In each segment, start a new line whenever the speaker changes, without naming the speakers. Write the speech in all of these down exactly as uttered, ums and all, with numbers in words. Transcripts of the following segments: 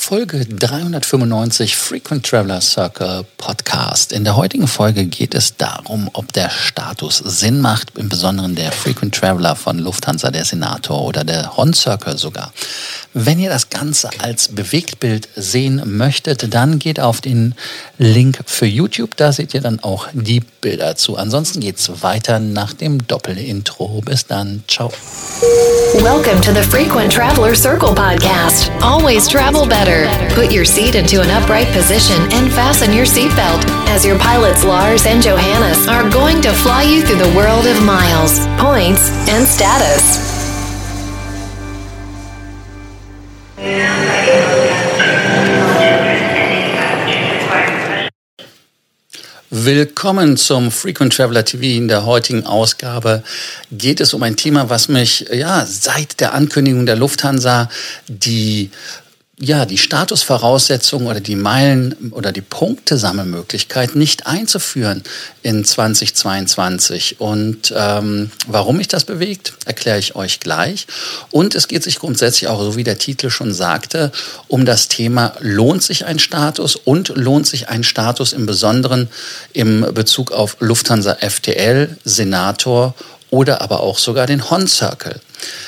Folge dreihundertfünfundneunzig Frequent Traveler Circle Podcast. In der heutigen Folge geht es darum, ob der Status Sinn macht, im Besonderen der Frequent Traveler von Lufthansa, der Senator oder der Hon Circle sogar. Wenn ihr das Ganze als Bewegtbild sehen möchtet, dann geht auf den Link für YouTube, da seht ihr dann auch die Bilder zu. Ansonsten geht's weiter nach dem Doppel-Intro. Bis dann, ciao.
Welcome to the Frequent Traveler Circle Podcast. Always travel better. Put your seat into an upright position and fasten your seatbelt as your pilots Lars and Johannes are going to fly you through the world of miles, points, and status.
Willkommen zum Frequent Traveler T V. In der heutigen Ausgabe geht es um ein Thema, was mich ja seit der Ankündigung der Lufthansa die ja die Statusvoraussetzungen oder die Meilen- oder die Punktesammelmöglichkeit nicht einzuführen in zweitausendzweiundzwanzig. Und ähm, warum mich das bewegt, erkläre ich euch gleich. Und es geht sich grundsätzlich auch, so wie der Titel schon sagte, um das Thema, lohnt sich ein Status und lohnt sich ein Status im Besonderen im Bezug auf Lufthansa F T L, Senator oder aber auch sogar den Hon Circle.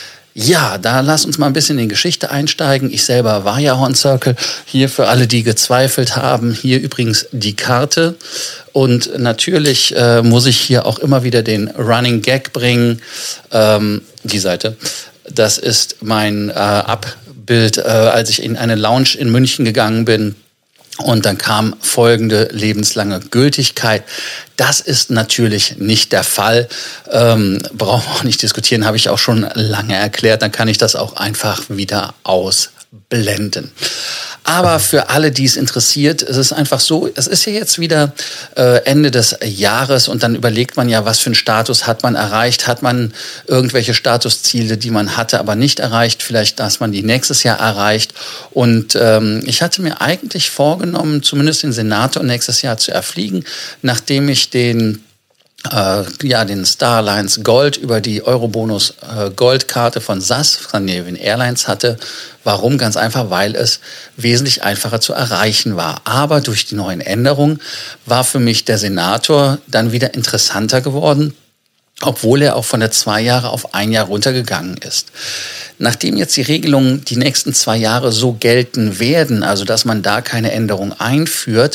Ja, da lass uns mal ein bisschen in die Geschichte einsteigen. Ich selber war ja Hon Circle. Hier für alle, die gezweifelt haben, hier übrigens die Karte. Und natürlich äh, muss ich hier auch immer wieder den Running Gag bringen. Ähm, die Seite. Das ist mein äh, Abbild, äh, als ich in eine Lounge in München gegangen bin. Und dann kam folgende lebenslange Gültigkeit. Das ist natürlich nicht der Fall. Ähm, brauchen wir auch nicht diskutieren, habe ich auch schon lange erklärt. Dann kann ich das auch einfach wieder ausblenden. Aber für alle, die es interessiert, es ist einfach so, es ist ja jetzt wieder äh, Ende des Jahres und dann überlegt man ja, was für einen Status hat man erreicht? Hat man irgendwelche Statusziele, die man hatte, aber nicht erreicht? Vielleicht, dass man die nächstes Jahr erreicht. Und ähm, ich hatte mir eigentlich vorgenommen, zumindest den Senator nächstes Jahr zu erfliegen, nachdem ich den Äh, ja, den Star Alliance Gold über die Eurobonus äh, Goldkarte von S A S, Scandinavian Airlines hatte. Warum? Ganz einfach, weil es wesentlich einfacher zu erreichen war. Aber durch die neuen Änderungen war für mich der Senator dann wieder interessanter geworden, obwohl er auch von der zwei Jahre auf ein Jahr runtergegangen ist. Nachdem jetzt die Regelungen die nächsten zwei Jahre so gelten werden, also dass man da keine Änderung einführt,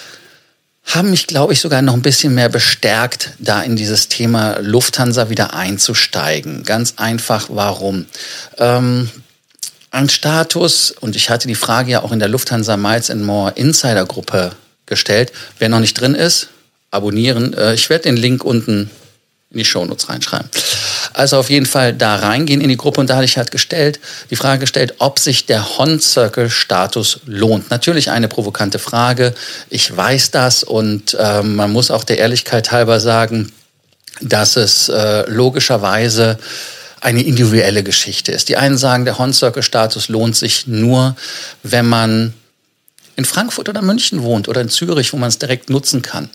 haben mich, glaube ich, sogar noch ein bisschen mehr bestärkt, da in dieses Thema Lufthansa wieder einzusteigen. Ganz einfach, warum? Ähm, ein Status, und ich hatte die Frage ja auch in der Lufthansa Miles and More Insider-Gruppe gestellt. Wer noch nicht drin ist, abonnieren. Äh, ich werde den Link unten in die Shownotes reinschreiben. Also auf jeden Fall da reingehen in die Gruppe, und da hatte ich halt gestellt, die Frage gestellt, ob sich der Hon Circle Status lohnt. Natürlich eine provokante Frage, ich weiß das, und äh, man muss auch der Ehrlichkeit halber sagen, dass es äh, logischerweise eine individuelle Geschichte ist. Die einen sagen, der Hon Circle Status lohnt sich nur, wenn man in Frankfurt oder München wohnt oder in Zürich, wo man es direkt nutzen kann.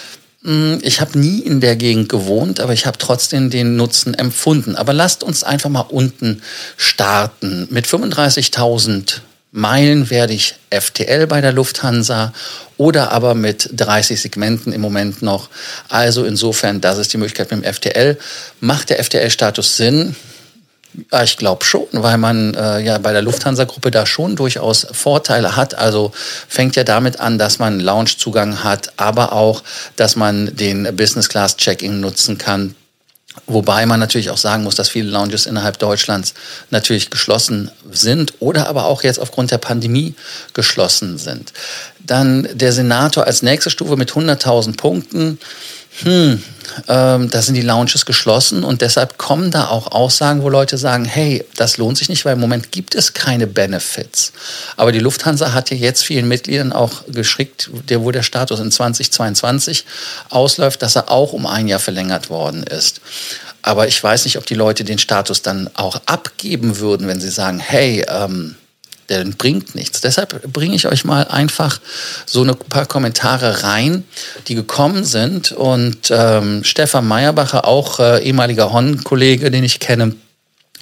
Ich habe nie in der Gegend gewohnt, aber ich habe trotzdem den Nutzen empfunden. Aber lasst uns einfach mal unten starten. Mit fünfunddreißigtausend Meilen werde ich F T L bei der Lufthansa oder aber mit dreißig Segmenten im Moment noch. Also insofern, das ist die Möglichkeit mit dem F T L. Macht der F T L-Status Sinn? Ja, ich glaube schon, weil man äh, ja bei der Lufthansa-Gruppe da schon durchaus Vorteile hat. Also fängt ja damit an, dass man Loungezugang hat, aber auch, dass man den Business-Class-Check-In nutzen kann. Wobei man natürlich auch sagen muss, dass viele Lounges innerhalb Deutschlands natürlich geschlossen sind oder aber auch jetzt aufgrund der Pandemie geschlossen sind. Dann der Senator als nächste Stufe mit hunderttausend Punkten. Hm, ähm, da sind die Lounges geschlossen, und deshalb kommen da auch Aussagen, wo Leute sagen, hey, das lohnt sich nicht, weil im Moment gibt es keine Benefits. Aber die Lufthansa hat ja jetzt vielen Mitgliedern auch geschickt, der, wo der Status in zweitausendzweiundzwanzig ausläuft, dass er auch um ein Jahr verlängert worden ist. Aber ich weiß nicht, ob die Leute den Status dann auch abgeben würden, wenn sie sagen, hey, ähm, der bringt nichts. Deshalb bringe ich euch mal einfach so ein paar Kommentare rein, die gekommen sind. Und ähm, Stefan Meyerbacher, auch äh, ehemaliger Hon-Kollege, den ich kenne,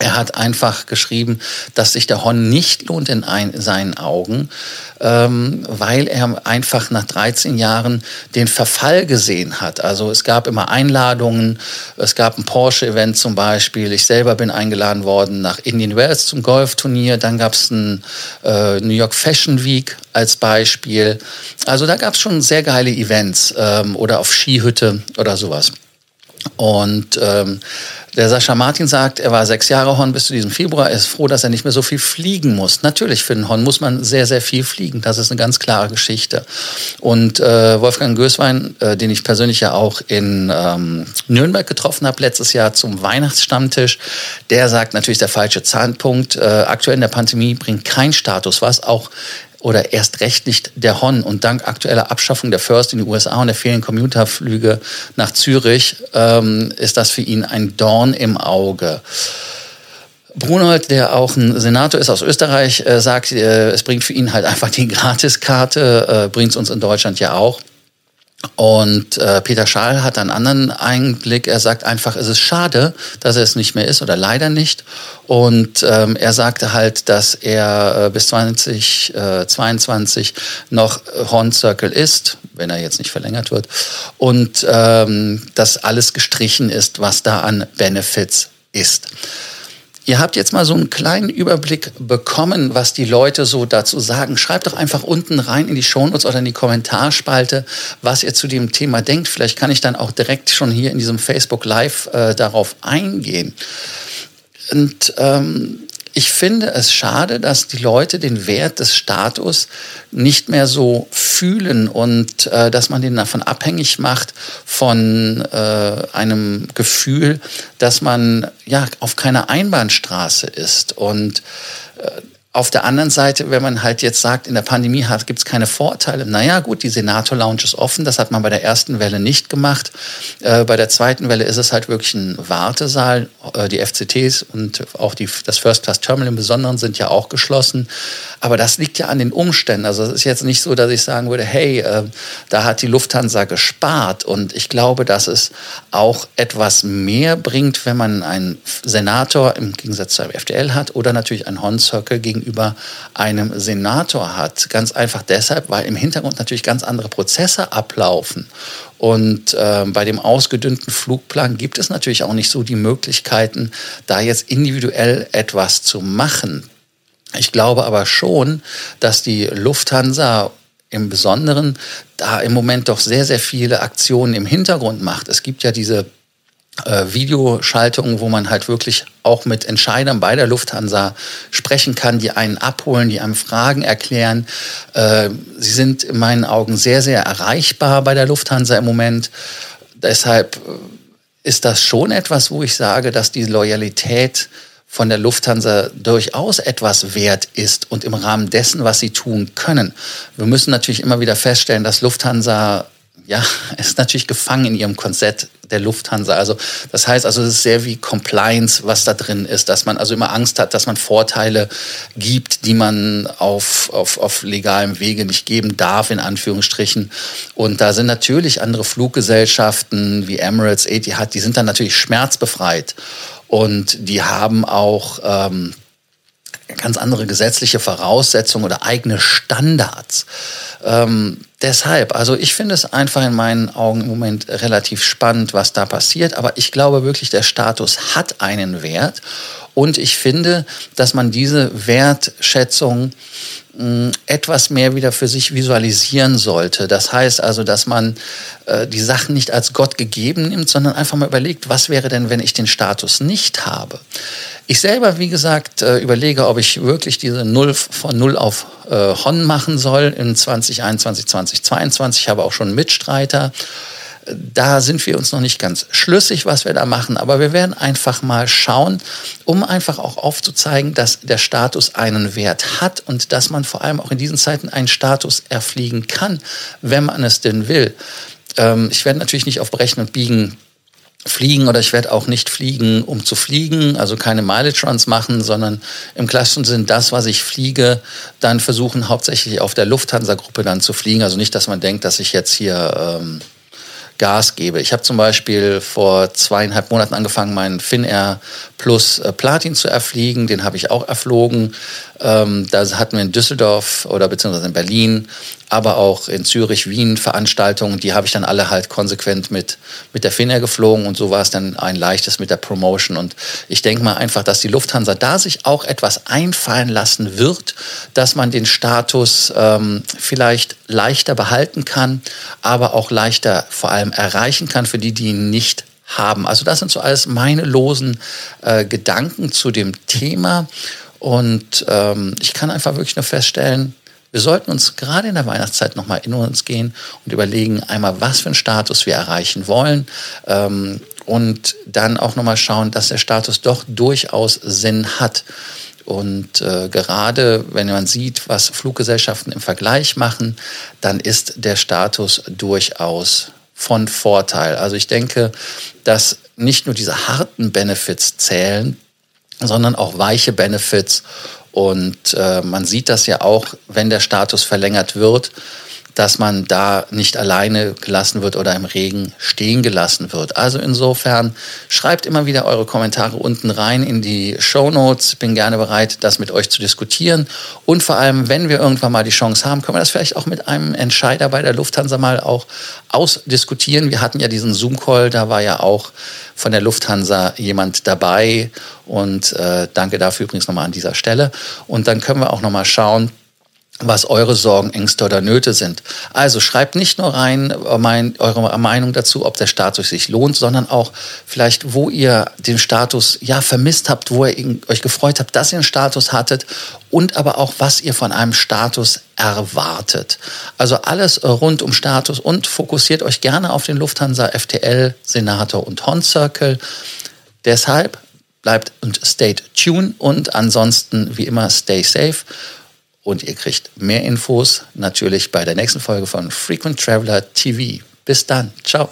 Er hat einfach geschrieben, dass sich der Hon nicht lohnt in, ein, in seinen Augen, ähm, weil er einfach nach dreizehn Jahren den Verfall gesehen hat. Also es gab immer Einladungen, es gab ein Porsche-Event zum Beispiel. Ich selber bin eingeladen worden nach Indian Wells zum Golfturnier. Dann gab es ein äh, New York Fashion Week als Beispiel. Also da gab es schon sehr geile Events ähm, oder auf Skihütte oder sowas. Und ähm, der Sascha Martin sagt, er war sechs Jahre Hon bis zu diesem Februar. Er ist froh, dass er nicht mehr so viel fliegen muss. Natürlich, für den Hon muss man sehr, sehr viel fliegen. Das ist eine ganz klare Geschichte. Und äh, Wolfgang Gößwein, äh, den ich persönlich ja auch in ähm, Nürnberg getroffen habe, letztes Jahr zum Weihnachtsstammtisch, der sagt natürlich der falsche Zeitpunkt. Äh, aktuell in der Pandemie bringt kein Status was, auch oder erst recht nicht der Hon. Und dank aktueller Abschaffung der First in die U S A und der fehlenden Commuterflüge nach Zürich ähm, ist das für ihn ein Dorn im Auge. Brunold, der auch ein Senator ist aus Österreich, äh, sagt, äh, es bringt für ihn halt einfach die Gratiskarte, äh, bringt es uns in Deutschland ja auch. Und äh, Peter Schaal hat einen anderen Einblick. Er sagt einfach, es ist schade, dass er es nicht mehr ist oder leider nicht. Und ähm, er sagte halt, dass er äh, bis zwanzig zweiundzwanzig noch Horn Circle ist, wenn er jetzt nicht verlängert wird. Und ähm, dass alles gestrichen ist, was da an Benefits ist. Ihr habt jetzt mal so einen kleinen Überblick bekommen, was die Leute so dazu sagen. Schreibt doch einfach unten rein in die Shownotes oder in die Kommentarspalte, was ihr zu dem Thema denkt. Vielleicht kann ich dann auch direkt schon hier in diesem Facebook Live äh, darauf eingehen. Und ähm, ich finde es schade, dass die Leute den Wert des Status nicht mehr so fühlen und äh, dass man den davon abhängig macht von äh, einem Gefühl, dass man ja auf keiner Einbahnstraße ist. Und äh, auf der anderen Seite, wenn man halt jetzt sagt, in der Pandemie gibt es keine Vorteile. Naja gut, die Senator-Lounge ist offen, das hat man bei der ersten Welle nicht gemacht. Äh, bei der zweiten Welle ist es halt wirklich ein Wartesaal. Äh, die F C Ts und auch die, das First-Class-Terminal im Besonderen sind ja auch geschlossen. Aber das liegt ja an den Umständen. Also es ist jetzt nicht so, dass ich sagen würde, hey, äh, da hat die Lufthansa gespart. Und ich glaube, dass es auch etwas mehr bringt, wenn man einen Senator im Gegensatz zu einem F D L hat oder natürlich einen Horn Circle gegen über einem Senator hat. Ganz einfach deshalb, weil im Hintergrund natürlich ganz andere Prozesse ablaufen. Und äh, bei dem ausgedünnten Flugplan gibt es natürlich auch nicht so die Möglichkeiten, da jetzt individuell etwas zu machen. Ich glaube aber schon, dass die Lufthansa im Besonderen da im Moment doch sehr, sehr viele Aktionen im Hintergrund macht. Es gibt ja diese Äh, Videoschaltungen, wo man halt wirklich auch mit Entscheidern bei der Lufthansa sprechen kann, die einen abholen, die einem Fragen erklären. Äh, sie sind in meinen Augen sehr, sehr erreichbar bei der Lufthansa im Moment. Deshalb ist das schon etwas, wo ich sage, dass die Loyalität von der Lufthansa durchaus etwas wert ist und im Rahmen dessen, was sie tun können. Wir müssen natürlich immer wieder feststellen, dass Lufthansa ja, ist natürlich gefangen in ihrem Konzept der Lufthansa. Also das heißt, also es ist sehr wie Compliance, was da drin ist, dass man also immer Angst hat, dass man Vorteile gibt, die man auf, auf, auf legalem Wege nicht geben darf, in Anführungsstrichen. Und da sind natürlich andere Fluggesellschaften wie Emirates, Etihad, die sind dann natürlich schmerzbefreit. Und die haben auch ähm, ganz andere gesetzliche Voraussetzungen oder eigene Standards. Ähm, deshalb, also ich finde es einfach in meinen Augen im Moment relativ spannend, was da passiert. Aber ich glaube wirklich, der Status hat einen Wert. Und ich finde, dass man diese Wertschätzung mh, etwas mehr wieder für sich visualisieren sollte. Das heißt also, dass man äh, die Sachen nicht als Gott gegeben nimmt, sondern einfach mal überlegt, was wäre denn, wenn ich den Status nicht habe? Ich selber, wie gesagt, äh, überlege, ob ich wirklich diese Null von Null auf äh, Hon machen soll in zwanzig einundzwanzig, zwanzig zweiundzwanzig. Ich habe auch schon einen Mitstreiter. Da sind wir uns noch nicht ganz schlüssig, was wir da machen, aber wir werden einfach mal schauen, um einfach auch aufzuzeigen, dass der Status einen Wert hat und dass man vor allem auch in diesen Zeiten einen Status erfliegen kann, wenn man es denn will. Ähm, ich werde natürlich nicht auf Brechen und Biegen fliegen oder ich werde auch nicht fliegen, um zu fliegen, also keine Mileage Runs machen, sondern im klassischen Sinn das, was ich fliege, dann versuchen hauptsächlich auf der Lufthansa-Gruppe dann zu fliegen. Also nicht, dass man denkt, dass ich jetzt hier... Ähm, Gas gebe. Ich habe zum Beispiel vor zweieinhalb Monaten angefangen, meinen Finnair Plus äh, Platin zu erfliegen. Den habe ich auch erflogen. Ähm, da hatten wir in Düsseldorf oder beziehungsweise in Berlin, aber auch in Zürich, Wien Veranstaltungen. Die habe ich dann alle halt konsequent mit, mit der Finnair geflogen und so war es dann ein leichtes mit der Promotion. Und ich denke mal einfach, dass die Lufthansa da sich auch etwas einfallen lassen wird, dass man den Status ähm, vielleicht leichter behalten kann, aber auch leichter vor allem erreichen kann für die, die ihn nicht haben. Also das sind so alles meine losen äh, Gedanken zu dem Thema. Und ähm, ich kann einfach wirklich nur feststellen, wir sollten uns gerade in der Weihnachtszeit nochmal in uns gehen und überlegen einmal, was für einen Status wir erreichen wollen. Ähm, und dann auch nochmal schauen, dass der Status doch durchaus Sinn hat. Und äh, gerade wenn man sieht, was Fluggesellschaften im Vergleich machen, dann ist der Status durchaus von Vorteil. Also ich denke, dass nicht nur diese harten Benefits zählen, sondern auch weiche Benefits. Und äh, man sieht das ja auch, wenn der Status verlängert wird, dass man da nicht alleine gelassen wird oder im Regen stehen gelassen wird. Also insofern schreibt immer wieder eure Kommentare unten rein in die Shownotes. Bin gerne bereit, das mit euch zu diskutieren. Und vor allem, wenn wir irgendwann mal die Chance haben, können wir das vielleicht auch mit einem Entscheider bei der Lufthansa mal auch ausdiskutieren. Wir hatten ja diesen Zoom-Call, da war ja auch von der Lufthansa jemand dabei. Und äh, danke dafür übrigens nochmal an dieser Stelle. Und dann können wir auch nochmal schauen, was eure Sorgen, Ängste oder Nöte sind. Also schreibt nicht nur rein mein, eure Meinung dazu, ob der Status sich lohnt, sondern auch vielleicht, wo ihr den Status ja vermisst habt, wo ihr euch gefreut habt, dass ihr einen Status hattet und aber auch, was ihr von einem Status erwartet. Also alles rund um Status und fokussiert euch gerne auf den Lufthansa F T L, Senator und Horn Circle. Deshalb bleibt und stay tuned und ansonsten wie immer stay safe. Und ihr kriegt mehr Infos natürlich bei der nächsten Folge von Frequent Traveler T V. Bis dann. Ciao.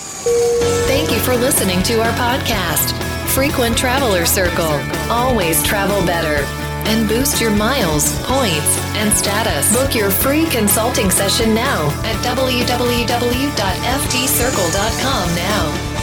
Thank you for listening to our podcast, Frequent Traveler Circle. Always travel better. And boost your miles, points, and status. Book your free consulting session now at w w w dot f t circle dot com now.